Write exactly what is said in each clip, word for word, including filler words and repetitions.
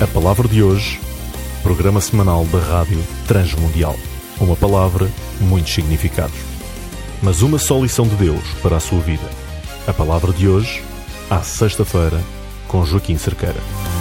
A palavra de hoje, programa semanal da Rádio Transmundial. Uma palavra, muitos significados. Mas uma só lição de Deus para a sua vida. A palavra de hoje, à sexta-feira, com Joaquim Cerqueira.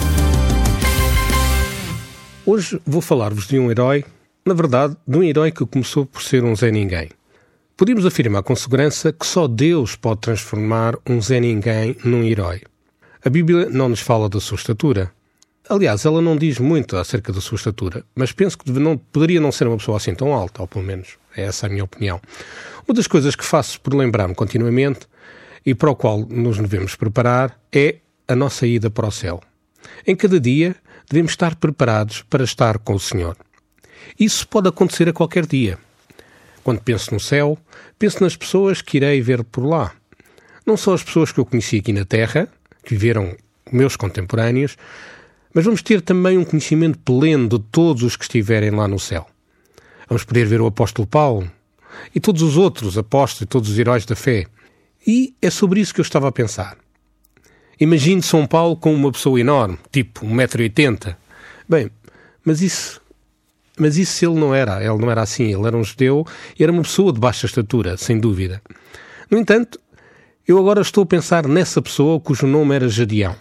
Hoje vou falar-vos de um herói, na verdade, de um herói que começou por ser um Zé Ninguém. Podemos afirmar com segurança que só Deus pode transformar um Zé Ninguém num herói. A Bíblia não nos fala da sua estatura. Aliás, ela não diz muito acerca da sua estatura, mas penso que não, poderia não ser uma pessoa assim tão alta, ou pelo menos é essa a minha opinião. Uma das coisas que faço por lembrar-me continuamente e para o qual nos devemos preparar é a nossa ida para o céu. Em cada dia devemos estar preparados para estar com o Senhor. Isso pode acontecer a qualquer dia. Quando penso no céu, penso nas pessoas que irei ver por lá. Não só as pessoas que eu conheci aqui na Terra, que viveram meus contemporâneos, mas vamos ter também um conhecimento pleno de todos os que estiverem lá no céu. Vamos poder ver o apóstolo Paulo e todos os outros apóstolos e todos os heróis da fé. E é sobre isso que eu estava a pensar. Imagine São Paulo com uma pessoa enorme, tipo um metro e oitenta. Bem, mas isso, mas isso ele não era. Ele não era assim. Ele era um judeu e era uma pessoa de baixa estatura, sem dúvida. No entanto, eu agora estou a pensar nessa pessoa cujo nome era Gedeão.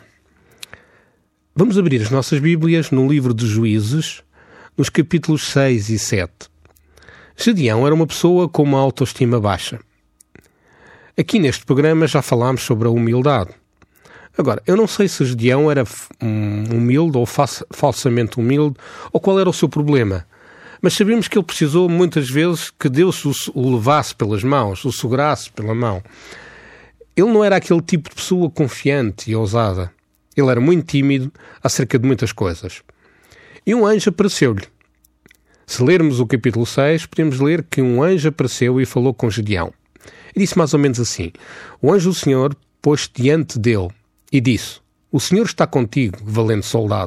Vamos abrir as nossas Bíblias no livro de Juízes, nos capítulos seis e sete. Gedeão era uma pessoa com uma autoestima baixa. Aqui neste programa já falámos sobre a humildade. Agora, eu não sei se Gedeão era um, humilde ou fa- falsamente humilde, ou qual era o seu problema. Mas sabemos que ele precisou muitas vezes que Deus o, o levasse pelas mãos, o segurasse pela mão. Ele não era aquele tipo de pessoa confiante e ousada. Ele era muito tímido acerca de muitas coisas. E um anjo apareceu-lhe. Se lermos o capítulo seis, podemos ler que um anjo apareceu e falou com Gedeão. E disse mais ou menos assim: o anjo do Senhor pôs-se diante dele e disse: o Senhor está contigo, valente soldado.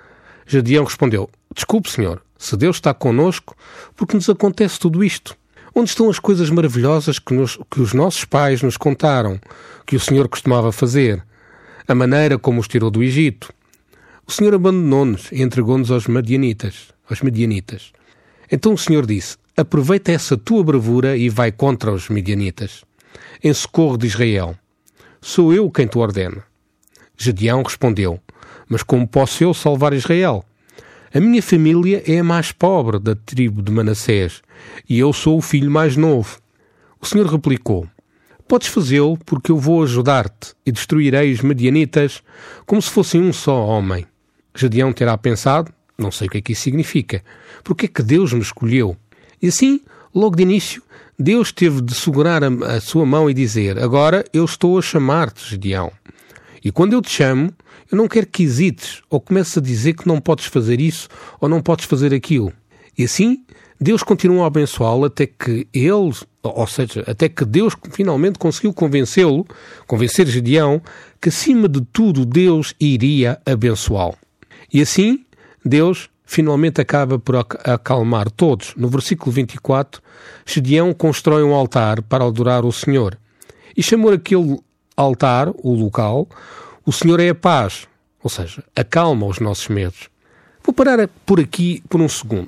Gedeão respondeu: desculpe, Senhor, se Deus está conosco, porque nos acontece tudo isto? Onde estão as coisas maravilhosas que, nos, que os nossos pais nos contaram, que o Senhor costumava fazer? A maneira como os tirou do Egito. O Senhor abandonou-nos e entregou-nos aos madianitas, aos medianitas. Então o Senhor disse: aproveita essa tua bravura e vai contra os medianitas, em socorro de Israel. Sou eu quem te ordena. Gedeão respondeu: mas como posso eu salvar Israel? A minha família é a mais pobre da tribo de Manassés e eu sou o filho mais novo. O Senhor replicou: podes fazê-lo porque eu vou ajudar-te e destruirei os medianitas como se fossem um só homem. Gedeão terá pensado: não sei o que é que isso significa. Porque é que Deus me escolheu? E assim, logo de início, Deus teve de segurar a, a sua mão e dizer: agora eu estou a chamar-te, Gedeão. E quando eu te chamo, eu não quero que hesites ou comeces a dizer que não podes fazer isso ou não podes fazer aquilo. E assim, Deus continuou a abençoá-lo até que ele, ou seja, até que Deus finalmente conseguiu convencê-lo, convencer Gedeão, que acima de tudo Deus iria abençoá-lo. E assim, Deus finalmente acaba por acalmar todos. No versículo vinte e quatro, Gedeão constrói um altar para adorar o Senhor. E chamou aquele altar, o local, o Senhor é a paz, ou seja, acalma os nossos medos. Vou parar por aqui por um segundo.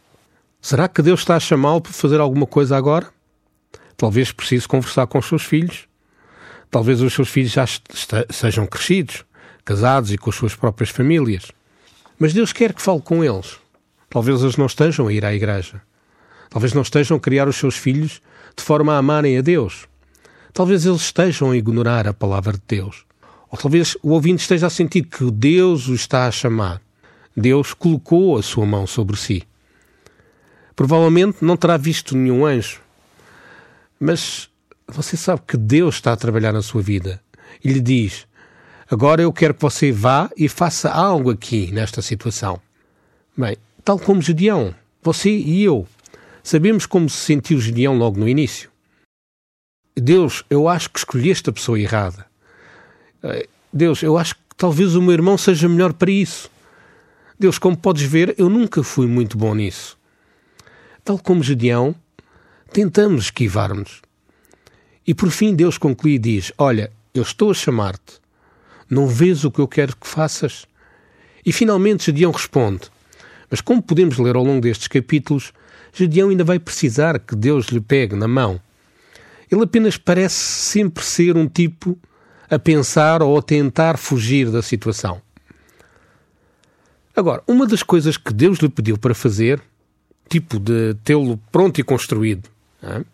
Será que Deus está a chamá-lo para fazer alguma coisa agora? Talvez precise conversar com os seus filhos. Talvez os seus filhos já est- sejam crescidos, casados e com as suas próprias famílias. Mas Deus quer que fale com eles. Talvez eles não estejam a ir à igreja. Talvez não estejam a criar os seus filhos de forma a amarem a Deus. Talvez eles estejam a ignorar a palavra de Deus. Ou talvez o ouvinte esteja a sentir que Deus o está a chamar. Deus colocou a sua mão sobre si. Provavelmente não terá visto nenhum anjo. Mas você sabe que Deus está a trabalhar na sua vida. E lhe diz: agora eu quero que você vá e faça algo aqui nesta situação. Bem, tal como Gedeão, você e eu, sabemos como se sentiu Gedeão logo no início. Deus, eu acho que escolheste a pessoa errada. Deus, eu acho que talvez o meu irmão seja melhor para isso. Deus, como podes ver, eu nunca fui muito bom nisso. Tal como Gedeão, tentamos esquivar-nos. E por fim Deus conclui e diz: olha, eu estou a chamar-te. Não vês o que eu quero que faças? E finalmente Gedeão responde. Mas como podemos ler ao longo destes capítulos, Gedeão ainda vai precisar que Deus lhe pegue na mão. Ele apenas parece sempre ser um tipo a pensar ou a tentar fugir da situação. Agora, uma das coisas que Deus lhe pediu para fazer, tipo de tê-lo pronto e construído, é?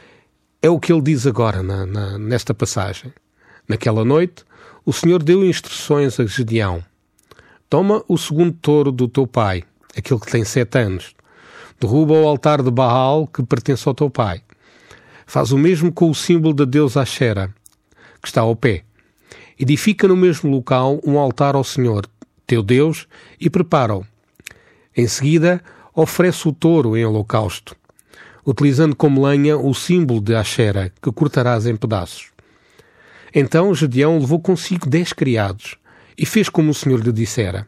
é o que ele diz agora na, na, nesta passagem. Naquela noite, o Senhor deu instruções a Gedeão. Toma o segundo touro do teu pai, aquele que tem sete anos. Derruba o altar de Baal que pertence ao teu pai. Faz o mesmo com o símbolo da deusa Axera, que está ao pé. Edifica no mesmo local um altar ao Senhor, teu Deus, e prepara-o. Em seguida, oferece o touro em holocausto, utilizando como lenha o símbolo de Axera, que cortarás em pedaços. Então Gedeão levou consigo dez criados, e fez como o Senhor lhe dissera.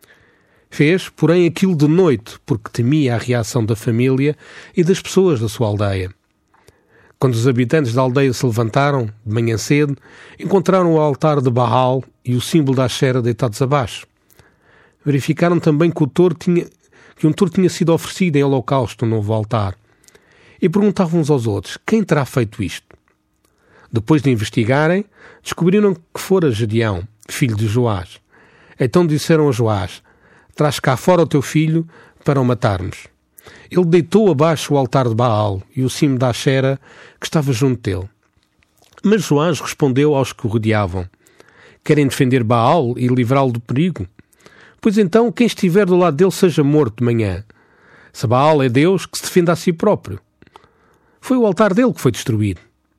Fez, porém, aquilo de noite, porque temia a reação da família e das pessoas da sua aldeia. Quando os habitantes da aldeia se levantaram, de manhã cedo, encontraram o altar de Baal e o símbolo da Axera deitados abaixo. Verificaram também que, o touro tinha, que um touro tinha sido oferecido em holocausto no novo altar. E perguntavam uns aos outros, quem terá feito isto? Depois de investigarem, descobriram que fora Gedeão, filho de Joás. Então disseram a Joás, traz cá fora o teu filho para o matarmos. Ele deitou abaixo o altar de Baal e o cimo da Axera que estava junto dele. Mas Joás respondeu aos que o rodeavam, querem defender Baal e livrá-lo do perigo? Pois então, quem estiver do lado dele seja morto de manhã. Se Baal é Deus, que se defenda a si próprio. Foi o altar dele que foi destruído.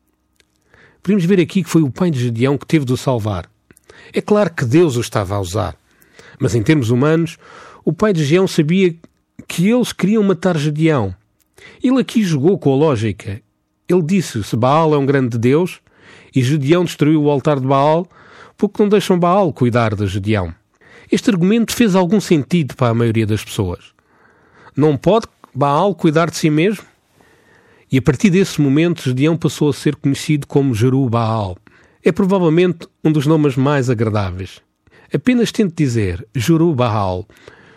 Podemos ver aqui que foi o pai de Gedeão que teve de o salvar. É claro que Deus o estava a usar. Mas em termos humanos, o pai de Gedeão sabia que eles queriam matar Gedeão. Ele aqui jogou com a lógica. Ele disse, se Baal é um grande Deus, e Gedeão destruiu o altar de Baal, porque não deixam Baal cuidar de Gedeão. Este argumento fez algum sentido para a maioria das pessoas. Não pode Baal cuidar de si mesmo? E a partir desse momento, Gedeão passou a ser conhecido como Jeru-Baal. É provavelmente um dos nomes mais agradáveis. Apenas tento dizer Jeru-Baal.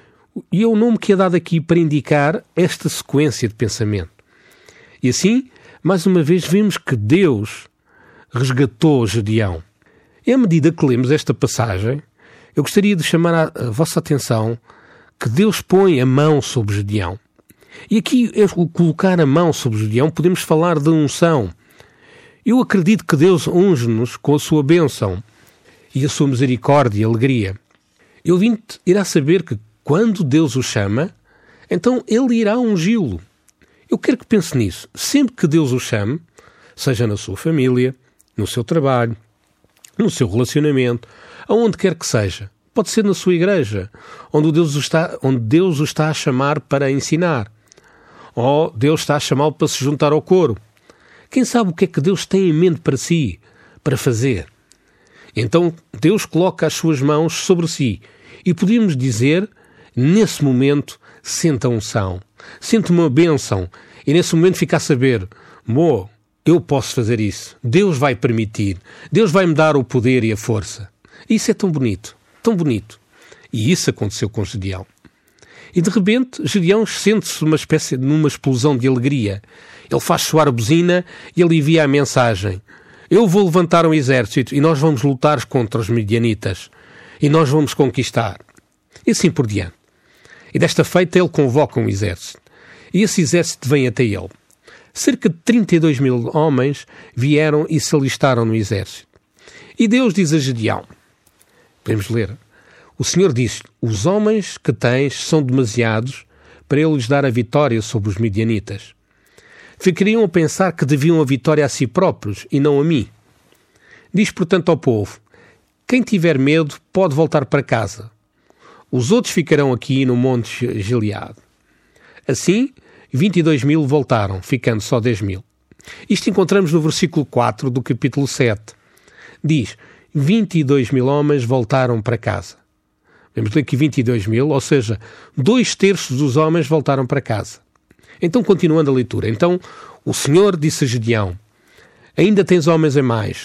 E é o nome que é dado aqui para indicar esta sequência de pensamento. E assim, mais uma vez, vemos que Deus resgatou Gedeão. E à medida que lemos esta passagem, eu gostaria de chamar a, a vossa atenção que Deus põe a mão sobre Gedeão. E aqui, ao colocar a mão sobre Gedeão, podemos falar de unção. Eu acredito que Deus unge-nos com a sua bênção e a sua misericórdia e alegria. E o ouvinte irá saber que quando Deus o chama, então Ele irá ungí-lo. Eu quero que pense nisso. Sempre que Deus o chame, seja na sua família, no seu trabalho, no seu relacionamento, aonde quer que seja, pode ser na sua igreja, onde Deus o está, onde Deus o está a chamar para ensinar, ou Deus está a chamá-lo para se juntar ao coro. Quem sabe o que é que Deus tem em mente para si, para fazer? Então Deus coloca as suas mãos sobre si e podemos dizer, nesse momento, sente a unção, sente uma bênção e nesse momento fica a saber, mo, eu posso fazer isso, Deus vai permitir, Deus vai me dar o poder e a força. Isso é tão bonito, tão bonito. E isso aconteceu com Gedeão. E de repente, Gedeão sente-se uma espécie de numa explosão de alegria. Ele faz soar a buzina e alivia a mensagem. Eu vou levantar um exército e nós vamos lutar contra os midianitas. E nós vamos conquistar. E assim por diante. E desta feita ele convoca um exército. E esse exército vem até ele. Cerca de trinta e dois mil homens vieram e se alistaram no exército. E Deus diz a Gedeão, podemos ler, o Senhor disse, os homens que tens são demasiados para eu lhes dar a vitória sobre os midianitas. Ficariam a pensar que deviam a vitória a si próprios e não a mim. Diz, portanto, ao povo, quem tiver medo pode voltar para casa. Os outros ficarão aqui no monte Gileade. Assim, vinte e dois mil voltaram, ficando só dez mil. Isto encontramos no versículo quatro do capítulo sete. Diz, vinte e dois mil homens voltaram para casa. Vemos ler aqui vinte e dois mil, ou seja, dois terços dos homens voltaram para casa. Então, continuando a leitura. Então, o Senhor disse a Gedeão, ainda tens homens a mais.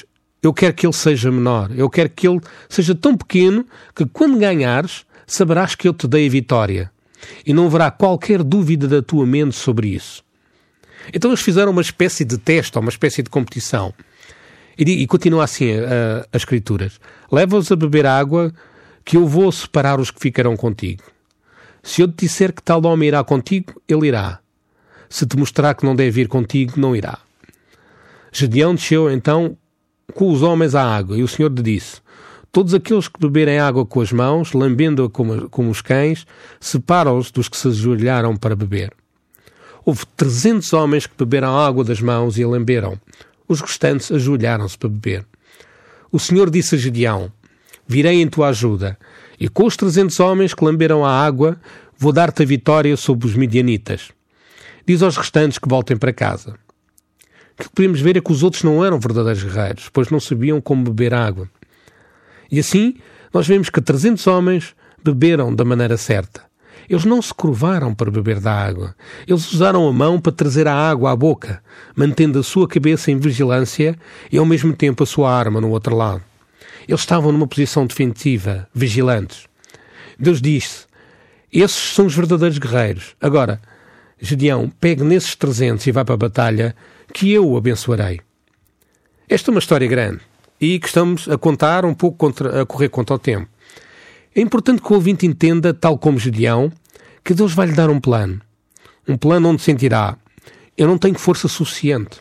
eu quero que ele seja menor. Eu quero que ele seja tão pequeno que quando ganhares, saberás que eu te dei a vitória. E não haverá qualquer dúvida da tua mente sobre isso. Então eles fizeram uma espécie de teste, ou uma espécie de competição. E, e continua assim a, a, as Escrituras. Leva-os a beber água, que eu vou separar os que ficarão contigo. Se eu te disser que tal homem irá contigo, ele irá. Se te mostrar que não deve ir contigo, não irá. Gedeão desceu então com os homens à água, e o Senhor lhe disse: todos aqueles que beberem água com as mãos, lambendo-a como, como os cães, separa-os dos que se ajoelharam para beber. Houve trezentos homens que beberam a água das mãos e a lamberam. Os restantes ajoelharam-se para beber. O Senhor disse a Gedeão: virei em tua ajuda, e com os trezentos homens que lamberam a água, vou dar-te a vitória sobre os midianitas. Diz aos restantes que voltem para casa. O que podemos ver é que os outros não eram verdadeiros guerreiros, pois não sabiam como beber água. E assim, nós vemos que trezentos homens beberam da maneira certa. Eles não se curvaram para beber da água. Eles usaram a mão para trazer a água à boca, mantendo a sua cabeça em vigilância e ao mesmo tempo a sua arma no outro lado. Eles estavam numa posição defensiva, vigilantes. Deus disse: esses são os verdadeiros guerreiros. Agora, Gedeão, pegue nesses trezentos e vá para a batalha, que eu o abençoarei. Esta é uma história grande e que estamos a contar um pouco contra, a correr contra o tempo. É importante que o ouvinte entenda, tal como Gedeão, que Deus vai lhe dar um plano. Um plano onde sentirá: eu não tenho força suficiente.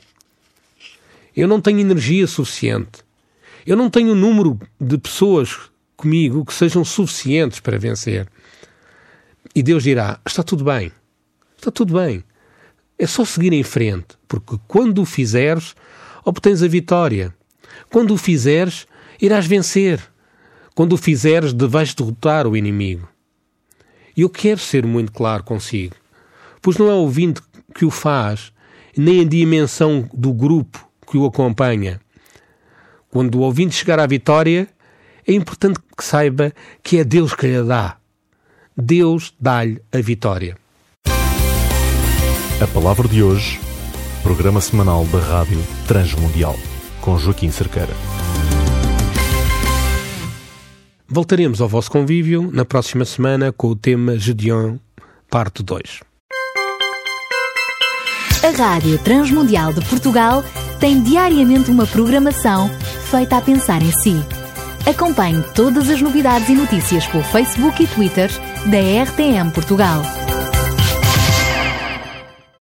Eu não tenho energia suficiente. Eu não tenho um número de pessoas comigo que sejam suficientes para vencer. E Deus dirá: está tudo bem. Está tudo bem. É só seguir em frente, porque quando o fizeres, obtens a vitória. Quando o fizeres, irás vencer. Quando o fizeres, vais derrotar o inimigo. E eu quero ser muito claro consigo, pois não é o ouvinte que o faz, nem a dimensão do grupo que o acompanha. Quando o ouvinte chegar à vitória, é importante que saiba que é Deus que lhe dá. Deus dá-lhe a vitória. A palavra de hoje, programa semanal da Rádio Transmundial, com Joaquim Cerqueira. Voltaremos ao vosso convívio na próxima semana com o tema Gedeão, parte dois. A Rádio Transmundial de Portugal tem diariamente uma programação feita a pensar em si. Acompanhe todas as novidades e notícias pelo Facebook e Twitter da R T M Portugal.